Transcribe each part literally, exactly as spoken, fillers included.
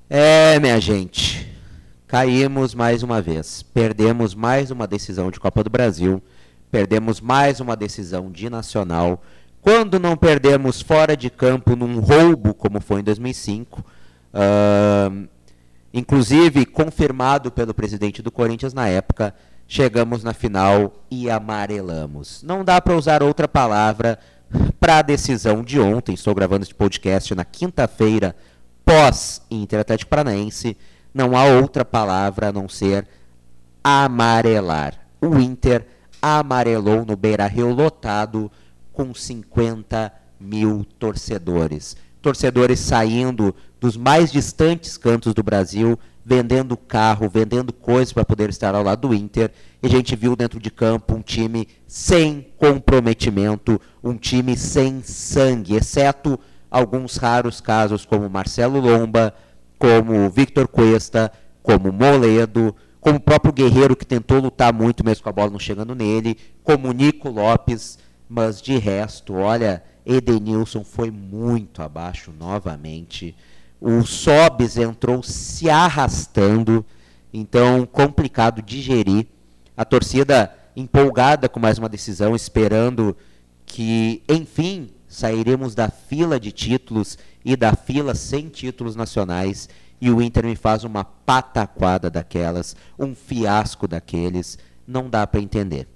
É, minha gente, caímos mais uma vez, perdemos mais uma decisão de Copa do Brasil, perdemos mais uma decisão de Nacional. Quando não perdemos fora de campo num roubo, como foi em dois mil e cinco, uh, inclusive confirmado pelo presidente do Corinthians na época, chegamos na final e amarelamos. Não dá para usar outra palavra para a decisão de ontem. Estou gravando este podcast na quinta-feira, pós-Inter Atlético Paranaense. Não há outra palavra a não ser amarelar. O Inter amarelou no Beira-Rio lotado com cinquenta mil torcedores. Torcedores saindo dos mais distantes cantos do Brasil, vendendo carro, vendendo coisas para poder estar ao lado do Inter. E a gente viu dentro de campo um time sem comprometimento, um time sem sangue, exceto alguns raros casos como Marcelo Lomba, como Victor Cuesta, como Moledo, como o próprio Guerreiro, que tentou lutar muito mesmo com a bola não chegando nele, como Nico Lopes, mas de resto, olha, Edenilson foi muito abaixo novamente. O Sobis entrou se arrastando, então complicado digerir. A torcida empolgada com mais uma decisão, esperando que, enfim, sairemos da fila de títulos e da fila sem títulos nacionais, e o Inter me faz uma pataquada daquelas, um fiasco daqueles, não dá para entender.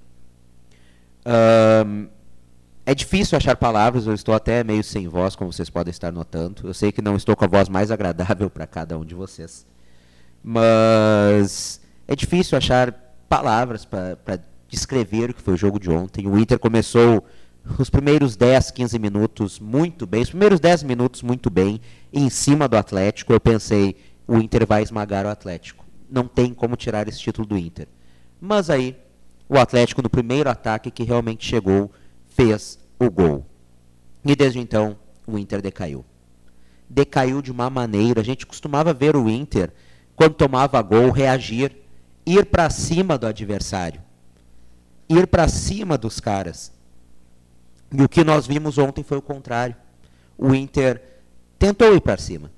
Um, é difícil achar palavras, eu estou até meio sem voz, como vocês podem estar notando. Eu sei que não estou com a voz mais agradável para cada um de vocês, mas é difícil achar palavras para descrever o que foi o jogo de ontem. O Inter começou os primeiros dez, quinze minutos muito bem, os primeiros dez minutos muito bem, em cima do Atlético. Eu pensei, o Inter vai esmagar o Atlético. Não tem como tirar esse título do Inter. Mas aí, o Atlético, no primeiro ataque que realmente chegou, fez o gol. E desde então, o Inter decaiu. Decaiu de uma maneira, a gente costumava ver o Inter, quando tomava gol, reagir, ir para cima do adversário, ir para cima dos caras. E o que nós vimos ontem foi o contrário. O Inter tentou ir para cima,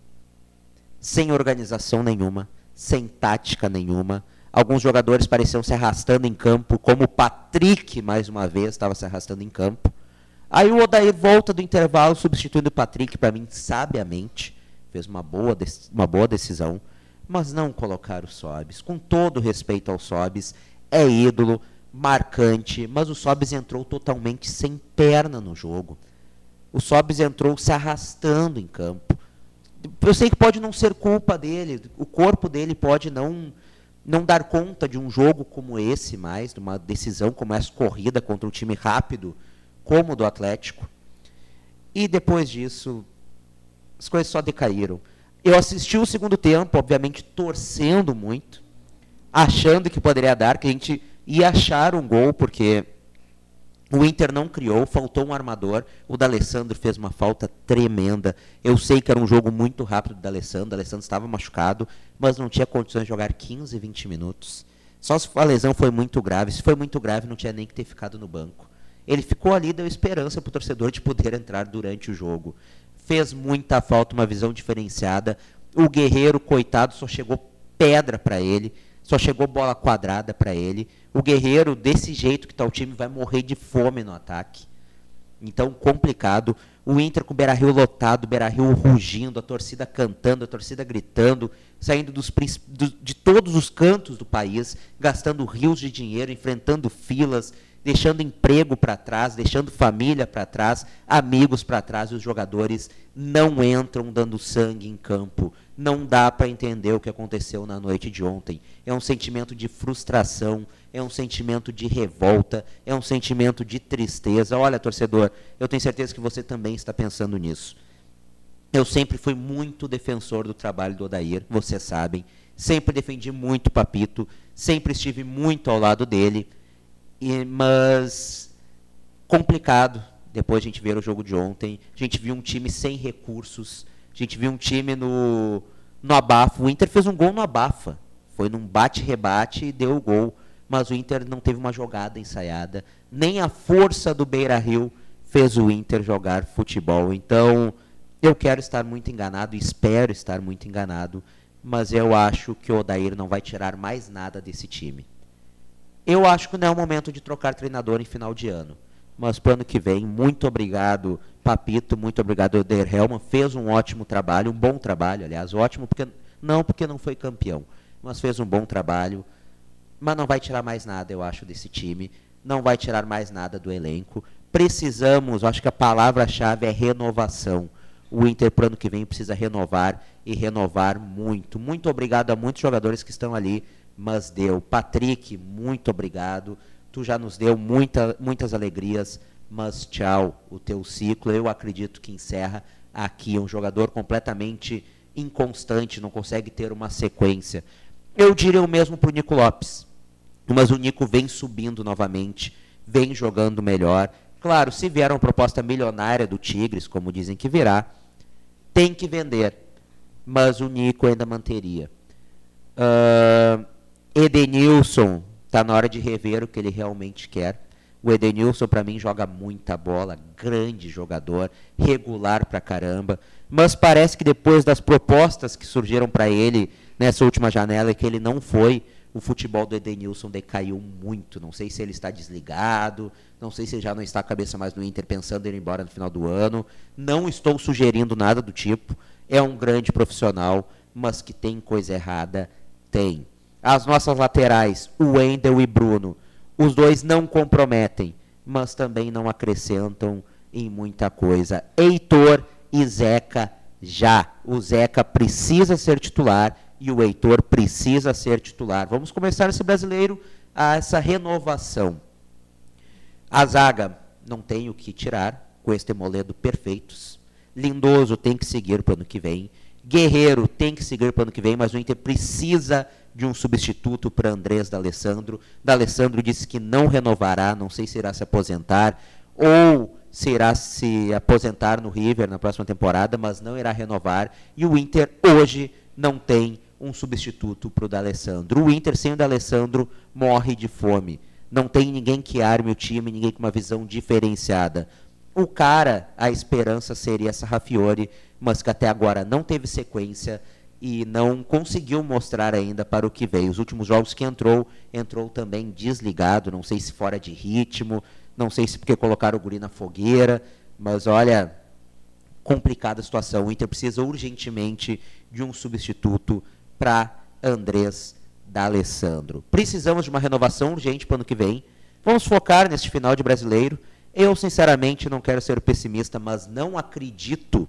sem organização nenhuma, sem tática nenhuma. Alguns jogadores pareciam se arrastando em campo, como o Patrick, mais uma vez, estava se arrastando em campo. Aí o Odair volta do intervalo, substituindo o Patrick, para mim, sabiamente. Fez uma boa, uma boa decisão, mas não colocar o Sobis. Com todo respeito ao Sobis, é ídolo, marcante, mas o Sobis entrou totalmente sem perna no jogo. O Sobis entrou se arrastando em campo. Eu sei que pode não ser culpa dele, o corpo dele pode não, não dar conta de um jogo como esse mais, de uma decisão como essa corrida contra um time rápido, como o do Atlético. E depois disso, as coisas só decaíram. Eu assisti o segundo tempo, obviamente torcendo muito, achando que poderia dar, que a gente ia achar um gol, porque o Inter não criou, faltou um armador. O D'Alessandro fez uma falta tremenda. Eu sei que era um jogo muito rápido do D'Alessandro, o D'Alessandro estava machucado, mas não tinha condições de jogar quinze, vinte minutos. Só se a lesão foi muito grave. Se foi muito grave, não tinha nem que ter ficado no banco. Ele ficou ali, deu esperança para o torcedor de poder entrar durante o jogo. Fez muita falta, uma visão diferenciada. O Guerreiro, coitado, só chegou pedra para ele, só chegou bola quadrada para ele. O Guerreiro, desse jeito que está o time, vai morrer de fome no ataque. Então, complicado. O Inter com o Beira-Rio lotado, o Beira-Rio rugindo, a torcida cantando, a torcida gritando, saindo dos, de todos os cantos do país, gastando rios de dinheiro, enfrentando filas, deixando emprego para trás, deixando família para trás, amigos para trás, e os jogadores não entram dando sangue em campo. Não dá para entender o que aconteceu na noite de ontem. É um sentimento de frustração, é um sentimento de revolta, é um sentimento de tristeza. Olha, torcedor, eu tenho certeza que você também está pensando nisso. Eu sempre fui muito defensor do trabalho do Odair, vocês sabem. Sempre defendi muito o Papito, sempre estive muito ao lado dele. E, mas complicado, depois a gente ver o jogo de ontem, a gente viu um time sem recursos, a gente viu um time no, no abafa. O Inter fez um gol no abafa, foi num bate-rebate e deu o gol, mas o Inter não teve uma jogada ensaiada, nem a força do Beira-Rio fez o Inter jogar futebol. Então, eu quero estar muito enganado, espero estar muito enganado, mas eu acho que o Odair não vai tirar mais nada desse time. Eu acho que não é o momento de trocar treinador em final de ano. Mas para o ano que vem, muito obrigado, Papito, muito obrigado, Odair Hellmann. Fez um ótimo trabalho, um bom trabalho, aliás. Ótimo, porque não porque não foi campeão, mas fez um bom trabalho. Mas não vai tirar mais nada, eu acho, desse time. Não vai tirar mais nada do elenco. Precisamos, acho que a palavra-chave é renovação. O Inter, para o ano que vem, precisa renovar e renovar muito. Muito obrigado a muitos jogadores que estão ali, mas deu. Patrick, muito obrigado. Tu já nos deu muita, muitas alegrias, mas tchau, o teu ciclo, eu acredito que encerra aqui. Um jogador completamente inconstante, não consegue ter uma sequência. Eu diria o mesmo para o Nico Lopes, mas o Nico vem subindo novamente, vem jogando melhor. Claro, se vier uma proposta milionária do Tigres, como dizem que virá, tem que vender, mas o Nico ainda manteria. Uh, Edenilson, está na hora de rever o que ele realmente quer. O Edenilson, para mim, joga muita bola, grande jogador, regular pra caramba, mas parece que depois das propostas que surgiram para ele nessa última janela, que ele não foi, o futebol do Edenilson decaiu muito. Não sei se ele está desligado, não sei se ele já não está com a cabeça mais no Inter, pensando em ir embora no final do ano. Não estou sugerindo nada do tipo. É um grande profissional, mas que tem coisa errada, tem. As nossas laterais, o Wendel e Bruno, os dois não comprometem, mas também não acrescentam em muita coisa. Heitor e Zeca, já. O Zeca precisa ser titular e o Heitor precisa ser titular. Vamos começar esse brasileiro a essa renovação. A zaga não tem o que tirar, com este Moledo perfeitos. Lindoso tem que seguir para o ano que vem. Guerreiro tem que seguir para o ano que vem, mas o Inter precisa de um substituto para Andrés D'Alessandro. D'Alessandro disse que não renovará, não sei se irá se aposentar ou se irá se aposentar no River na próxima temporada, mas não irá renovar. E o Inter hoje não tem um substituto para o D'Alessandro. O Inter sem o D'Alessandro morre de fome. Não tem ninguém que arme o time, ninguém com uma visão diferenciada. O cara, a esperança seria essa Sarrafiori, mas que até agora não teve sequência e não conseguiu mostrar ainda para o que veio. Os últimos jogos que entrou, entrou também desligado, não sei se fora de ritmo, não sei se porque colocaram o guri na fogueira, mas olha, complicada a situação. O Inter precisa urgentemente de um substituto para Andrés D'Alessandro. Precisamos de uma renovação urgente para o ano que vem. Vamos focar neste final de brasileiro. Eu, sinceramente, não quero ser pessimista, mas não acredito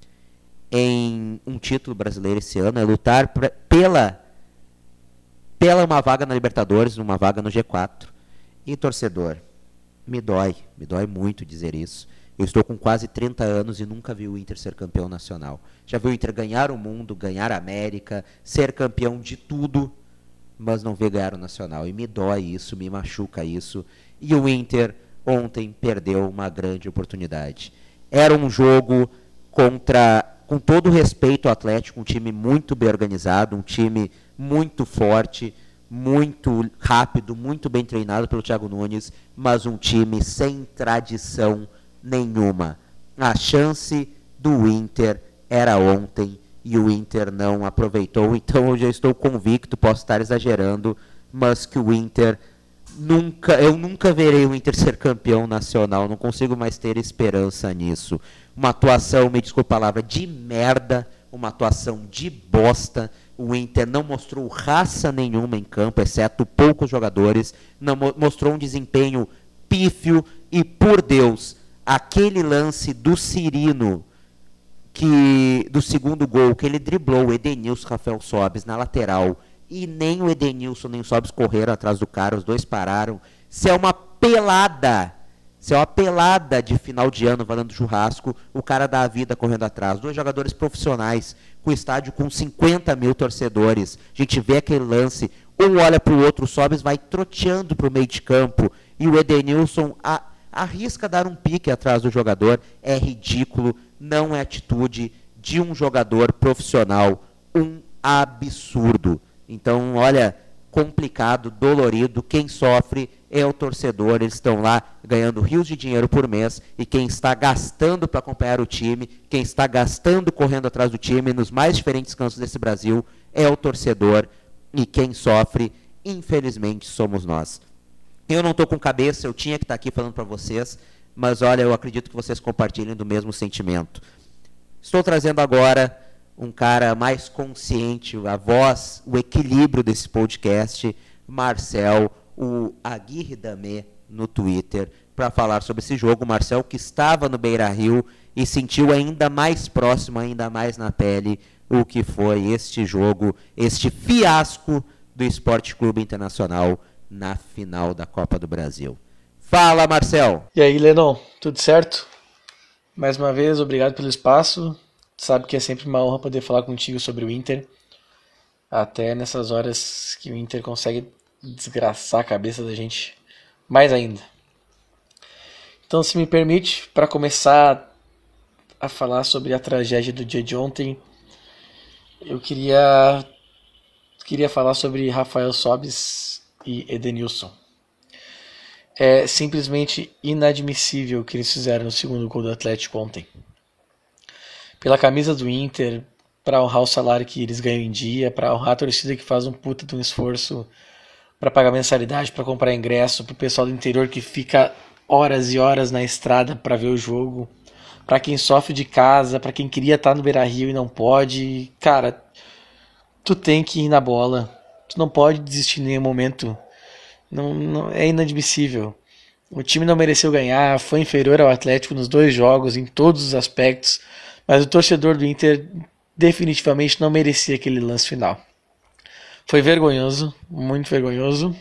em um título brasileiro esse ano. É lutar pra, pela, pela uma vaga na Libertadores, uma vaga no G quatro. E, torcedor, me dói, me dói muito dizer isso. Eu estou com quase trinta anos e nunca vi o Inter ser campeão nacional. Já vi o Inter ganhar o mundo, ganhar a América, ser campeão de tudo, mas não ver ganhar o Nacional. E me dói isso, me machuca isso. E o Inter ontem perdeu uma grande oportunidade. Era um jogo contra, com todo respeito ao Atlético, um time muito bem organizado, um time muito forte, muito rápido, muito bem treinado pelo Thiago Nunes, mas um time sem tradição nenhuma. A chance do Inter era ontem e o Inter não aproveitou. Então eu já estou convicto, posso estar exagerando, mas que o Inter nunca, eu nunca verei o Inter ser campeão nacional, não consigo mais ter esperança nisso. Uma atuação, me desculpa a palavra, de merda, uma atuação de bosta. O Inter não mostrou raça nenhuma em campo, exceto poucos jogadores, não mostrou um desempenho pífio e, por Deus, aquele lance do Cirino, que, do segundo gol, que ele driblou o Edenilson Rafael Sobis na lateral, e nem o Edenilson nem o Sobis correram atrás do cara, os dois pararam. Se é uma pelada, se é uma pelada de final de ano valendo churrasco, o cara dá a vida correndo atrás. Dois jogadores profissionais, com o estádio com cinquenta mil torcedores. A gente vê aquele lance, um olha para o outro, o Sobis vai troteando para o meio de campo, e o Edenilson a, arrisca dar um pique atrás do jogador. É ridículo, não é atitude de um jogador profissional, um absurdo. Então, olha, complicado, dolorido. Quem sofre é o torcedor. Eles estão lá ganhando rios de dinheiro por mês e quem está gastando para acompanhar o time, quem está gastando correndo atrás do time nos mais diferentes cantos desse Brasil é o torcedor e quem sofre, infelizmente, somos nós. Eu não estou com cabeça, eu tinha que estar aqui falando para vocês, mas olha, eu acredito que vocês compartilhem do mesmo sentimento. Estou trazendo agora um cara mais consciente, a voz, o equilíbrio desse podcast, Marcel, o Aguirre Damé no Twitter, para falar sobre esse jogo. Marcel que estava no Beira-Rio e sentiu ainda mais próximo, ainda mais na pele, o que foi este jogo, este fiasco do Esporte Clube Internacional na final da Copa do Brasil. Fala, Marcel! E aí, Lennon, tudo certo? Mais uma vez, obrigado pelo espaço. Sabe que é sempre uma honra poder falar contigo sobre o Inter, até nessas horas que o Inter consegue desgraçar a cabeça da gente mais ainda. Então, se me permite, para começar a falar sobre a tragédia do dia de ontem, eu queria, queria falar sobre Rafael Sobis e Edenilson. É simplesmente inadmissível o que eles fizeram no segundo gol do Atlético ontem. Pela camisa do Inter, para honrar o salário que eles ganham em dia, para honrar a torcida que faz um puta de um esforço para pagar mensalidade, para comprar ingresso, para o pessoal do interior que fica horas e horas na estrada para ver o jogo, para quem sofre de casa, para quem queria estar no Beira-Rio e não pode. Cara, tu tem que ir na bola, tu não pode desistir em nenhum momento, não, não, é inadmissível. O time não mereceu ganhar, foi inferior ao Atlético nos dois jogos, em todos os aspectos, mas o torcedor do Inter definitivamente não merecia aquele lance final. Foi vergonhoso, muito vergonhoso.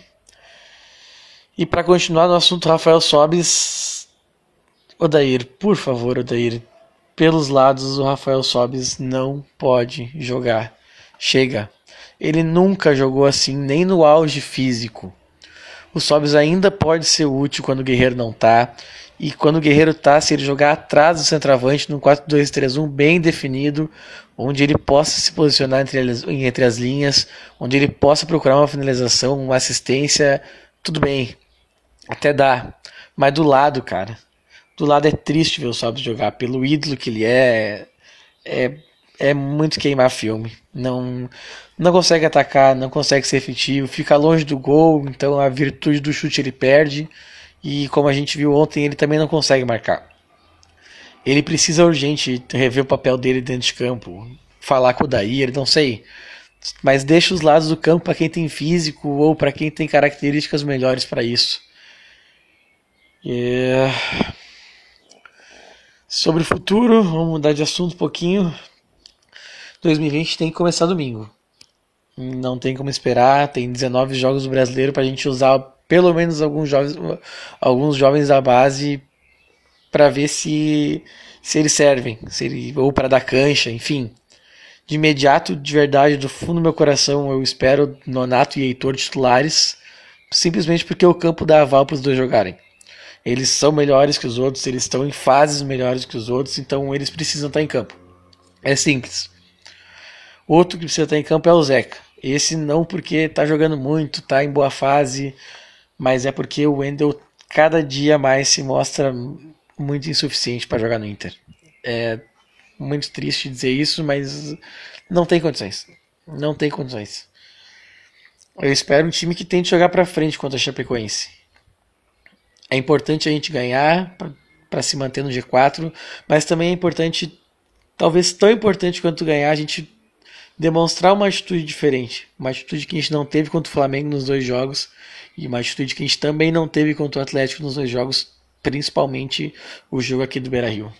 E para continuar no assunto Rafael Sobis, Odair, por favor, Odair, pelos lados o Rafael Sobis não pode jogar. Chega. Ele nunca jogou assim, nem no auge físico. O Sobis ainda pode ser útil quando o Guerreiro não tá. E quando o Guerreiro tá, se ele jogar atrás do centroavante, num quatro dois três um bem definido, onde ele possa se posicionar entre as, entre as linhas, onde ele possa procurar uma finalização, uma assistência, tudo bem. Até dá. Mas do lado, cara, do lado é triste ver o Sobis jogar. Pelo ídolo que ele é, é, é muito queimar filme. Não, não consegue atacar, não consegue ser efetivo, fica longe do gol, então a virtude do chute ele perde. E como a gente viu ontem, ele também não consegue marcar. Ele precisa urgente rever o papel dele dentro de campo, falar com o Odair, não sei. Mas deixa os lados do campo para quem tem físico ou para quem tem características melhores para isso. E... Sobre o futuro, vamos mudar de assunto um pouquinho. dois mil e vinte tem que começar domingo. Não tem como esperar, tem dezenove jogos do Brasileiro para a gente usar pelo menos alguns jovens, alguns jovens da base para ver se, se eles servem, se ele, ou para dar cancha, enfim. De imediato, de verdade, do fundo do meu coração, eu espero Nonato e Heitor titulares, simplesmente porque o campo dá aval para os dois jogarem. Eles são melhores que os outros, eles estão em fases melhores que os outros, então eles precisam estar em campo. É simples. Outro que precisa estar em campo é o Zeca. Esse não porque está jogando muito, está em boa fase, mas é porque o Wendel cada dia mais se mostra muito insuficiente para jogar no Inter. É muito triste dizer isso, mas não tem condições. Não tem condições. Eu espero um time que tente jogar para frente contra a Chapecoense. É importante a gente ganhar para se manter no G quatro, mas também é importante, talvez tão importante quanto ganhar, a gente demonstrar uma atitude diferente. Uma atitude que a gente não teve contra o Flamengo nos dois jogos e uma atitude que a gente também não teve contra o Atlético nos dois jogos, principalmente o jogo aqui do Beira-Rio.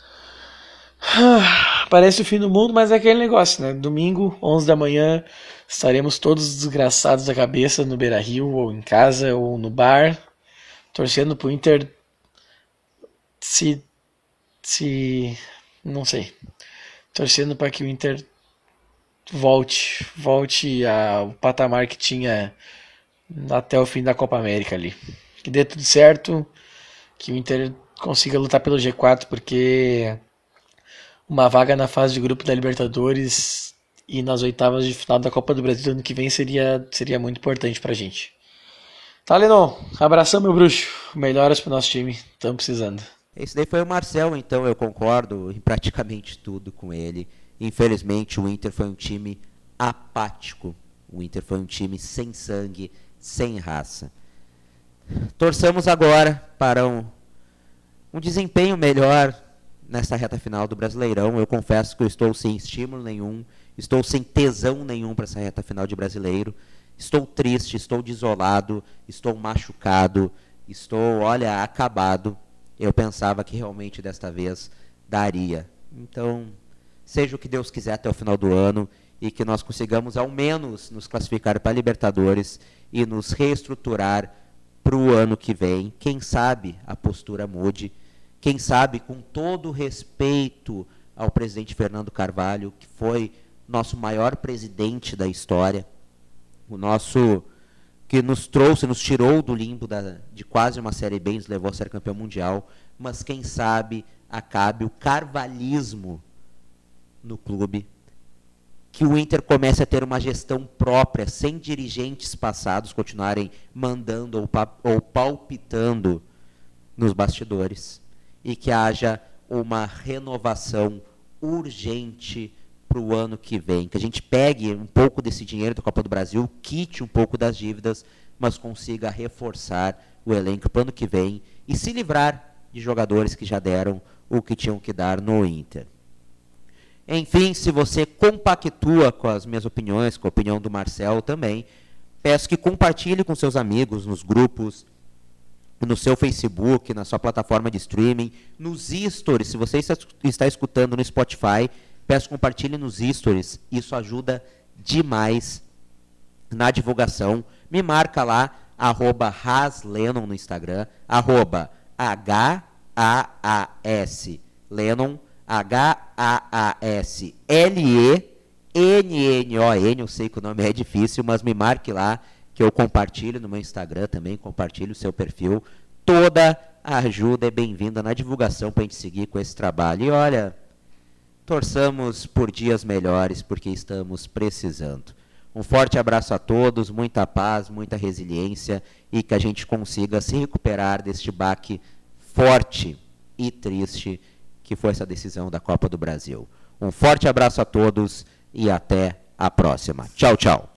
Parece o fim do mundo, mas é aquele negócio, né? Domingo, onze da manhã, estaremos todos desgraçados da cabeça no Beira-Rio, ou em casa, ou no bar, torcendo pro Inter se... se... não sei. Torcendo para que o Inter volte, volte ao patamar que tinha até o fim da Copa América ali. Que dê tudo certo, que o Inter consiga lutar pelo G quatro, porque uma vaga na fase de grupo da Libertadores e nas oitavas de final da Copa do Brasil ano que vem seria, seria muito importante pra gente. Tá, Lenon, abração, meu bruxo. Melhoras pro nosso time, estamos precisando. Esse daí foi o Marcel, então eu concordo em praticamente tudo com ele. Infelizmente o Inter foi um time apático, o Inter foi um time sem sangue, sem raça. Torçamos agora para um, um desempenho melhor nessa reta final do Brasileirão. Eu confesso que eu estou sem estímulo nenhum, estou sem tesão nenhum para essa reta final de Brasileiro. Estou triste, estou desolado, estou machucado, estou, olha, acabado. Eu pensava que realmente desta vez daria. Então, seja o que Deus quiser até o final do ano e que nós consigamos ao menos nos classificar para a Libertadores e nos reestruturar para o ano que vem. Quem sabe a postura mude. Quem sabe, com todo o respeito ao presidente Fernando Carvalho, que foi nosso maior presidente da história, o nosso que nos trouxe, nos tirou do limbo da, de quase uma Série B, nos levou a ser campeão mundial, mas quem sabe acabe o carvalhismo no clube, que o Inter comece a ter uma gestão própria, sem dirigentes passados continuarem mandando ou, pa, ou palpitando nos bastidores, e que haja uma renovação urgente para o ano que vem, que a gente pegue um pouco desse dinheiro da Copa do Brasil, quite um pouco das dívidas, mas consiga reforçar o elenco para o ano que vem e se livrar de jogadores que já deram o que tinham que dar no Inter. Enfim, se você compactua com as minhas opiniões, com a opinião do Marcel também, peço que compartilhe com seus amigos nos grupos, no seu Facebook, na sua plataforma de streaming, nos stories. Se você está escutando no Spotify, peço que compartilhe nos stories. Isso ajuda demais na divulgação. Me marca lá, arroba Haslenon no Instagram, arroba H A A S Lennon, H A A S L E N N O N. Eu sei que o nome é difícil, mas me marque lá, que eu compartilho no meu Instagram também, compartilho o seu perfil. Toda a ajuda é bem-vinda na divulgação para a gente seguir com esse trabalho. E olha, torçamos por dias melhores, porque estamos precisando. Um forte abraço a todos, muita paz, muita resiliência e que a gente consiga se recuperar deste baque forte e triste que foi essa decisão da Copa do Brasil. Um forte abraço a todos e até a próxima. Tchau, tchau.